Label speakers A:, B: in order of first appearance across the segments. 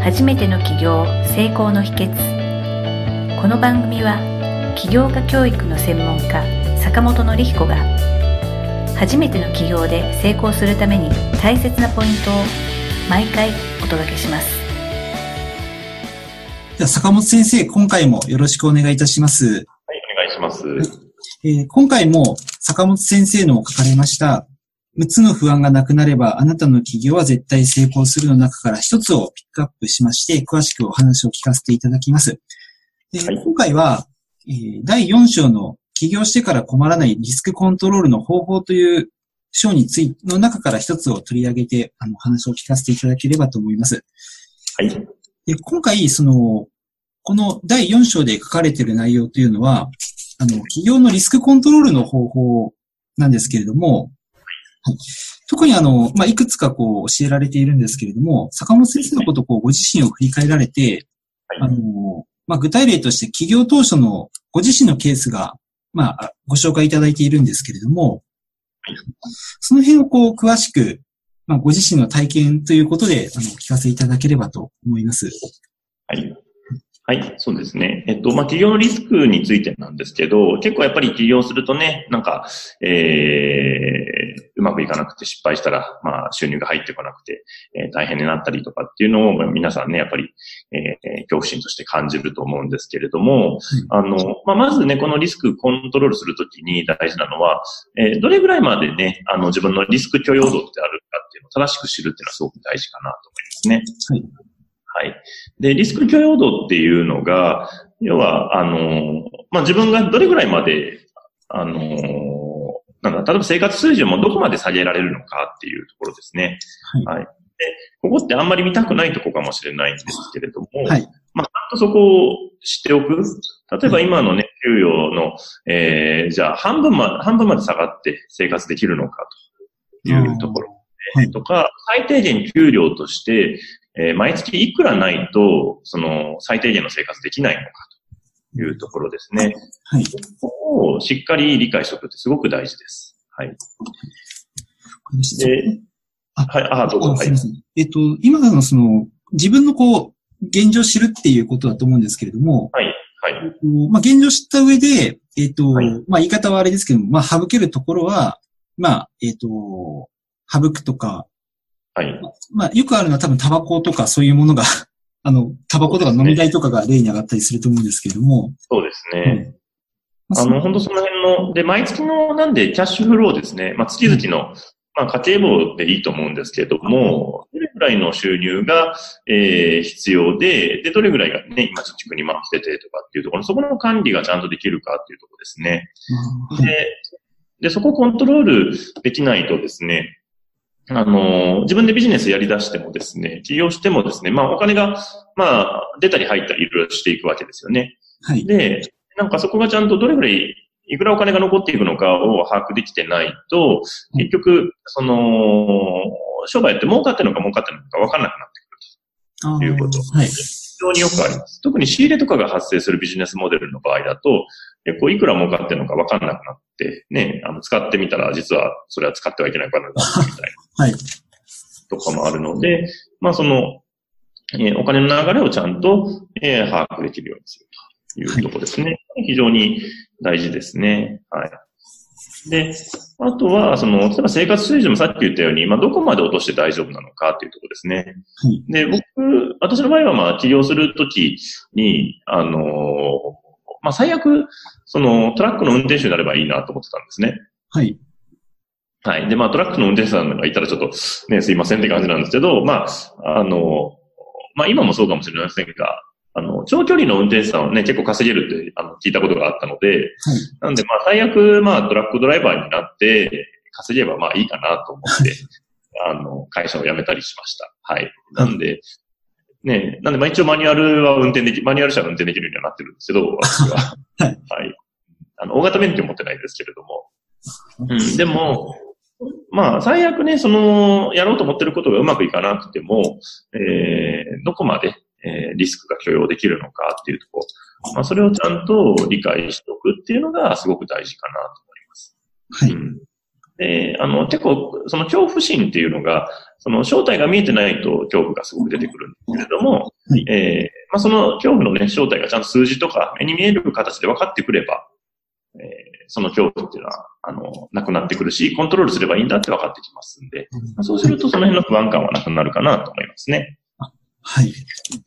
A: 初めての起業成功の秘訣。この番組は起業家教育の専門家坂本典彦が初めての起業で成功するために大切なポイントを毎回お届けします。
B: では坂本先生、今回もよろしくお願いいたします。
C: はい、お願いします。
B: 今回も坂本先生の書かれました6つの不安がなくなればあなたの起業は絶対成功するの中から1つをピックアップしまして詳しくお話を聞かせていただきます。はい、今回は、第4章の起業してから困らないリスクコントロールの方法という章の中から1つを取り上げてお話を聞かせていただければと思います。
C: はい。
B: で今回この第4章で書かれている内容というのは起業のリスクコントロールの方法なんですけれども、はい、特にいくつか教えられているんですけれども、坂本先生のことをご自身を振り返られて、はい、具体例として起業当初のご自身のケースが、ご紹介いただいているんですけれども、はい、その辺を詳しく、ご自身の体験ということで、聞かせていただければと思います。
C: はい。はい、そうですね。起業のリスクについてなんですけど、結構やっぱり起業するとね、うまくいかなくて失敗したら、収入が入ってこなくて、大変になったりとかっていうのを、皆さんね、やっぱり、恐怖心として感じると思うんですけれども、まずね、このリスクコントロールするときに大事なのは、どれぐらいまでね、自分のリスク許容度ってあるかっていうのを正しく知るっていうのはすごく大事かなと思いますね。はい。はい。で、リスク許容度っていうのが、要は、自分がどれぐらいまで、例えば生活水準もどこまで下げられるのかっていうところですね。はい。はい、で、ここってあんまり見たくないところかもしれないんですけれども、はい。ちゃんとそこを知っておく。例えば今のね、給与の、じゃあ半分まで下がって生活できるのかというところ、はい、とか、最低限給料として、毎月いくらないと、最低限の生活できないのかというところですね。はい。ここをしっかり理解しておくってすごく大事です。はい。で、はい、どうぞ。はい。
B: 今の自分の現状を知るっていうことだと思うんですけれども、はい。はい。現状を知った上で、はい、言い方はあれですけども、省けるところは、省くとか、はい。よくあるのは多分タバコとかそういうものが、タバコとか飲み代とかが例に上がったりすると思うんですけれども。
C: そうですね。本当その辺の、で、毎月のなんでキャッシュフローですね。月々の、家計簿でいいと思うんですけれども、どれくらいの収入が、必要で、どれくらいがね、今貯蓄に回しててとかっていうところ、そこの管理がちゃんとできるかっていうところですね。で、そこをコントロールできないとですね、自分でビジネスやり出してもですね、起業してもですね、お金が、出たり入ったりいろいろしていくわけですよね。はい。で、そこがちゃんとどれぐらい、いくらお金が残っていくのかを把握できてないと、結局、商売って儲かってるのか儲かってるのか分からなくなってくるということ。はい。非常によくあります。特に仕入れとかが発生するビジネスモデルの場合だと、いくら儲かってるのか分からなくなって、ね、使ってみたら実はそれは使ってはいけないからな、みたいな。はい。とかもあるので、お金の流れをちゃんと、把握できるようにするというところですね。はい、非常に大事ですね。はい。で、あとは、例えば生活水準もさっき言ったように、どこまで落として大丈夫なのかっていうところですね。はい、で、私の場合は起業するときに、最悪、トラックの運転手になればいいなと思ってたんですね。はい。はい。で、トラックの運転手さんがいたらちょっとね、すいませんって感じなんですけど、今もそうかもしれませんが、長距離の運転手さんはね、結構稼げるって、聞いたことがあったので、はい、なんで、最悪、トラックドライバーになって、稼げばいいかなと思って、会社を辞めたりしました。はい。なんで、ね、一応マニュアル車は運転できるようにはなってるんですけど、私は。はい。はい。大型免許持ってないですけれども。でも、最悪ね、やろうと思ってることがうまくいかなくても、どこまで、リスクが許容できるのかっていうところ、それをちゃんと理解しておくっていうのがすごく大事かなと思います。はい。 で、結構、その恐怖心っていうのが、その正体が見えてないと恐怖がすごく出てくるんですけれども、
B: はい。
C: その恐怖のね、正体がちゃんと数字とか目に見える形で分かってくれば、その恐怖っていうのは、なくなってくるし、コントロールすればいいんだって分かってきますんで、そうするとその辺の不安感はなくなるかなと思いますね。
B: はい。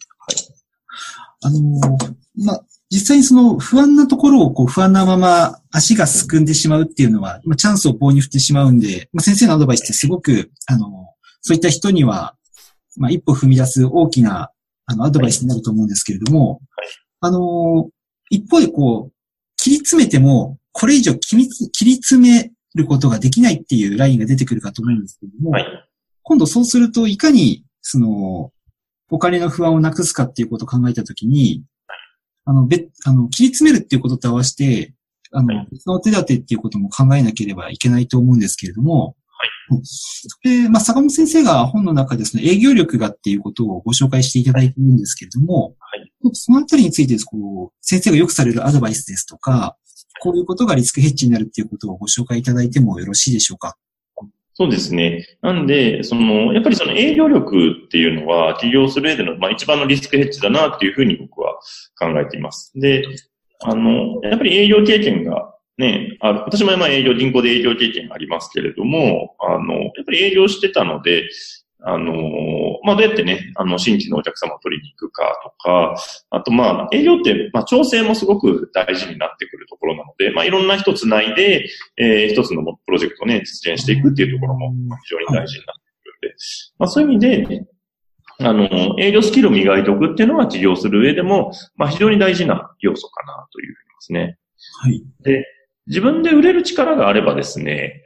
B: 実際にその不安なところを不安なまま足がすくんでしまうっていうのは、チャンスを棒に振ってしまうんで、先生のアドバイスってすごく、そういった人には、一歩踏み出す大きな、アドバイスになると思うんですけれども、一方で切り詰めても、これ以上切り詰めることができないっていうラインが出てくるかと思うんですけれども、今度そうするといかに、お金の不安をなくすかっていうことを考えたときに、切り詰めるっていうことと合わせて、別の手立てっていうことも考えなければいけないと思うんですけれども、で、坂本先生が本の中でその営業力がっていうことをご紹介していただいているんですけれども、そのあたりについて、先生がよくされるアドバイスですとか、こういうことがリスクヘッジになるっていうことをご紹介いただいてもよろしいでしょうか。
C: そうですね。なんで、やっぱりその営業力っていうのは、起業する上での、一番のリスクヘッジだなっていうふうに僕は考えています。で、やっぱり営業経験がね、私も銀行で営業経験がありますけれども、やっぱり営業してたので、どうやってね、新規のお客様を取りに行くかとか、あと営業って、調整もすごく大事になってくるところなので、いろんな人つないで、一つのプロジェクトをね、実現していくっていうところも非常に大事になってくるんで、そういう意味で、営業スキルを磨いておくっていうのは起業する上でも、非常に大事な要素かなというふうに思いますね。
B: はい。
C: で、自分で売れる力があればですね、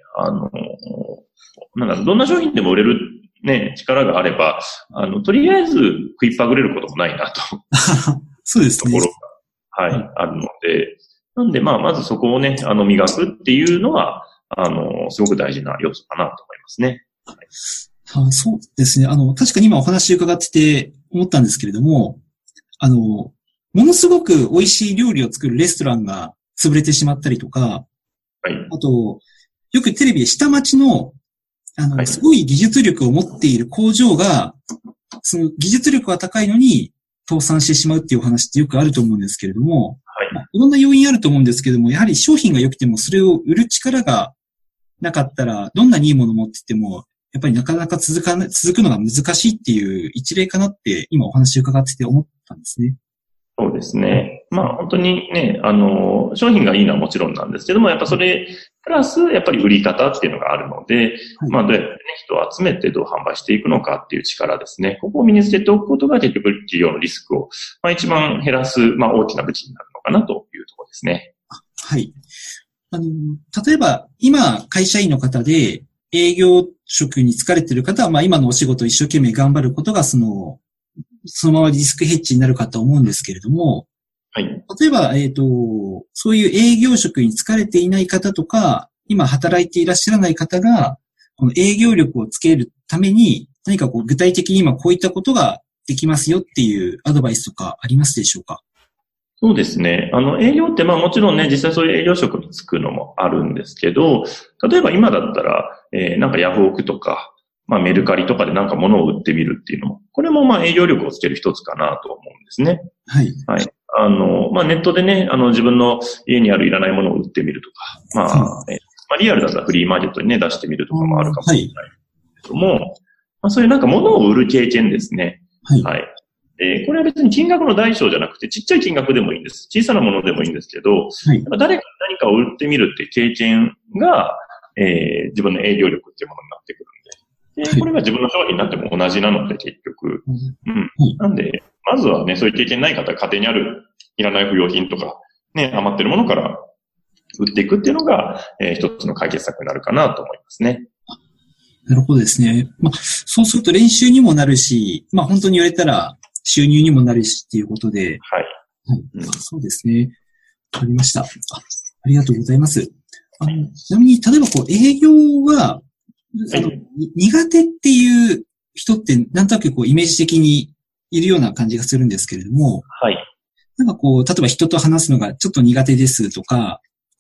C: どんな商品でも売れるね、力があれば、とりあえず食いっぱぐれることもないなと。
B: そうですね。
C: ところが、あるので、なんでまずそこをね、磨くっていうのは、すごく大事な要素かなと思いますね。
B: そうですね。確かに今お話伺ってて思ったんですけれども、ものすごく美味しい料理を作るレストランが潰れてしまったりとか、あと、よくテレビで下町のすごい技術力を持っている工場が、その技術力は高いのに倒産してしまうっていうお話ってよくあると思うんですけれども、いろんな要因あると思うんですけども、やはり商品が良くてもそれを売る力がなかったら、どんなにいいものを持ってても、やっぱりなかなか続くのが難しいっていう一例かなって今お話伺ってて思ったんですね。
C: そうですね。本当にね、商品がいいのはもちろんなんですけども、やっぱそれ、プラス、やっぱり売り方っていうのがあるので、どうやってね、人を集めてどう販売していくのかっていう力ですね。ここを身につけておくことが結局企業のリスクを、一番減らす、大きな武器になるのかなというところですね。
B: はい。例えば、今、会社員の方で、営業職に疲れている方は、今のお仕事を一生懸命頑張ることが、そのままリスクヘッジになるかと思うんですけれども、例えば、そういう営業職に疲れていない方とか、今働いていらっしゃらない方が、この営業力をつけるために、何か具体的に今こういったことができますよっていうアドバイスとかありますでしょうか？
C: そうですね。営業ってもちろんね、実際そういう営業職に就くのもあるんですけど、例えば今だったら、ヤフオクとか、メルカリとかで物を売ってみるっていうのも、これも営業力をつける一つかなと思うんですね。
B: はい。
C: ネットでね、自分の家にあるいらないものを売ってみるとか、リアルだったらフリーマーケットにね、出してみるとかもあるかもしれないけども、そういう物を売る経験ですね。これは別に金額の大小じゃなくて、ちっちゃい金額でもいいんです。小さなものでもいいんですけど、誰か何かを売ってみるって経験が、自分の営業力っていうものになってくるんで。で、これが自分の商品になっても同じなので、結局。なんで、まずはね、そういう経験ない方は家庭にあるいらない不要品とか、ね、余ってるものから売っていくっていうのが、一つの解決策になるかなと思いますね。
B: なるほどですね。そうすると練習にもなるし、本当に言われたら収入にもなるしっていうことで。そうですね。わかりました。ありがとうございます。ちなみに、例えば営業が、苦手っていう人ってなんとなくイメージ的にいるような感じがするんですけれども、例えば人と話すのがちょっと苦手ですとか、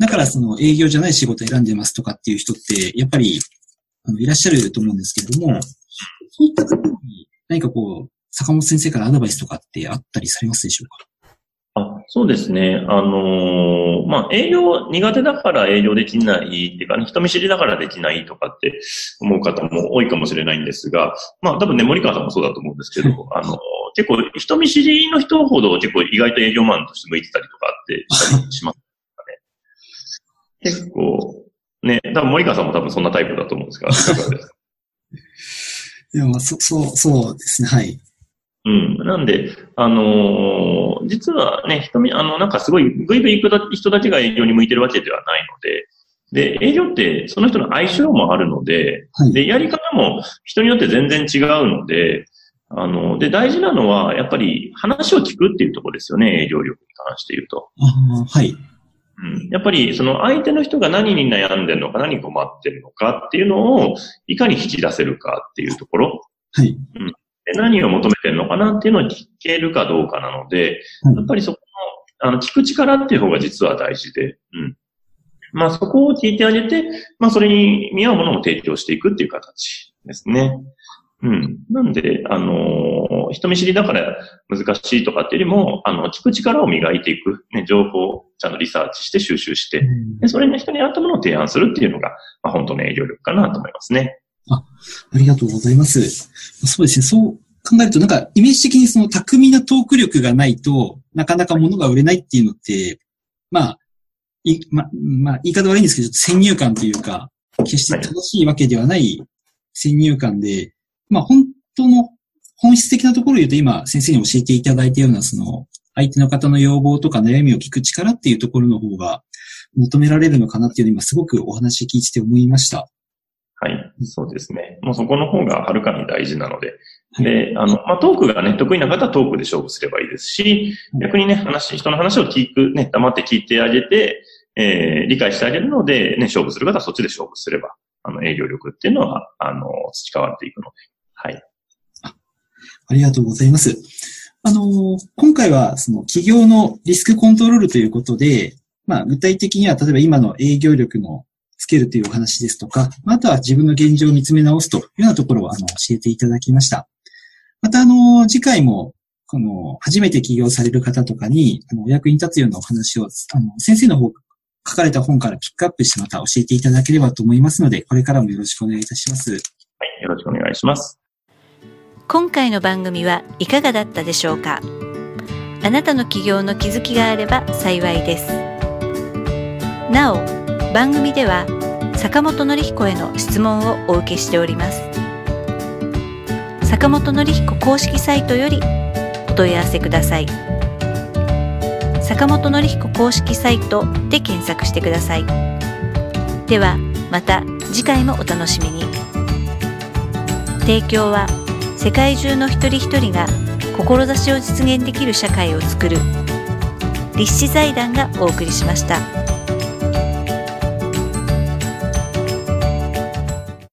B: だからその営業じゃない仕事を選んでますとかっていう人って、やっぱり、いらっしゃると思うんですけれども、そういった方に何かこう、坂本先生からアドバイスとかってあったりされますでしょうか？
C: そうですね。営業苦手だから営業できないっていうかね、人見知りだからできないとかって思う方も多いかもしれないんですが、多分ね、森川さんもそうだと思うんですけど、結構人見知りの人ほど結構意外と営業マンとして向いてたりとかってしたりしますかね。結構、ね、多分森川さんも多分そんなタイプだと思うんですが、いかがですか？
B: いや、そうですね、はい。
C: なんで、実はね、なんかすごいグイグイ行く人だけが営業に向いてるわけではないので、で、営業ってその人の相性もあるので、
B: はい、
C: で、やり方も人によって全然違うので、で、大事なのは、やっぱり話を聞くっていうところですよね、営業力に関して言うと。
B: はい。
C: やっぱり、その相手の人が何に悩んでるのか、何に困ってるのかっていうのを、いかに引き出せるかっていうところ。
B: はい。
C: で、何を求めてるのかなっていうのを聞けるかどうかなので、やっぱりそこの、聞く力っていう方が実は大事で、そこを聞いてあげて、それに見合うものを提供していくっていう形ですね。なんで、人見知りだから難しいとかっていうよりも、聞く力を磨いていく、ね、情報をちゃんとリサーチして収集して、でそれに人に合ったものを提案するっていうのが、本当の営業力かなと思いますね。
B: ありがとうございます。そうですね。そう考えると、なんか、イメージ的にその巧みなトーク力がないとなかなか物が売れないっていうのって、言い方悪いんですけど、先入観というか、決して正しいわけではない先入観で、本当の本質的なところを言うと今先生に教えていただいたようなその相手の方の要望とか悩みを聞く力っていうところの方が求められるのかなっていうのを今すごくお話聞いてて思いました。
C: はい、そうですね。もうそこの方がはるかに大事なので。で、トークがね、得意な方はトークで勝負すればいいですし、逆にね、人の話を聞く、ね、黙って聞いてあげて、理解してあげるので、ね、勝負する方はそっちで勝負すれば、営業力っていうのは、培われていくので。はい。
B: ありがとうございます。今回は、その企業のリスクコントロールということで、具体的には、例えば今の営業力のつけるというお話ですとか、あとは自分の現状を見つめ直すというようなところを教えていただきました。また次回も初めて起業される方とかにお役に立つようなお話を先生の方書かれた本からピックアップしてまた教えていただければと思いますので、これからもよろしくお願いいたします。
C: はい、よろしくお願いします。
A: 今回の番組はいかがだったでしょうか？あなたの起業の気づきがあれば幸いです。なお、番組では坂本典彦への質問をお受けしております。坂本典彦公式サイトよりお問い合わせください。坂本典彦公式サイトで検索してください。ではまた次回もお楽しみに。提供は世界中の一人一人が志を実現できる社会を作る立志財団がお送りしました。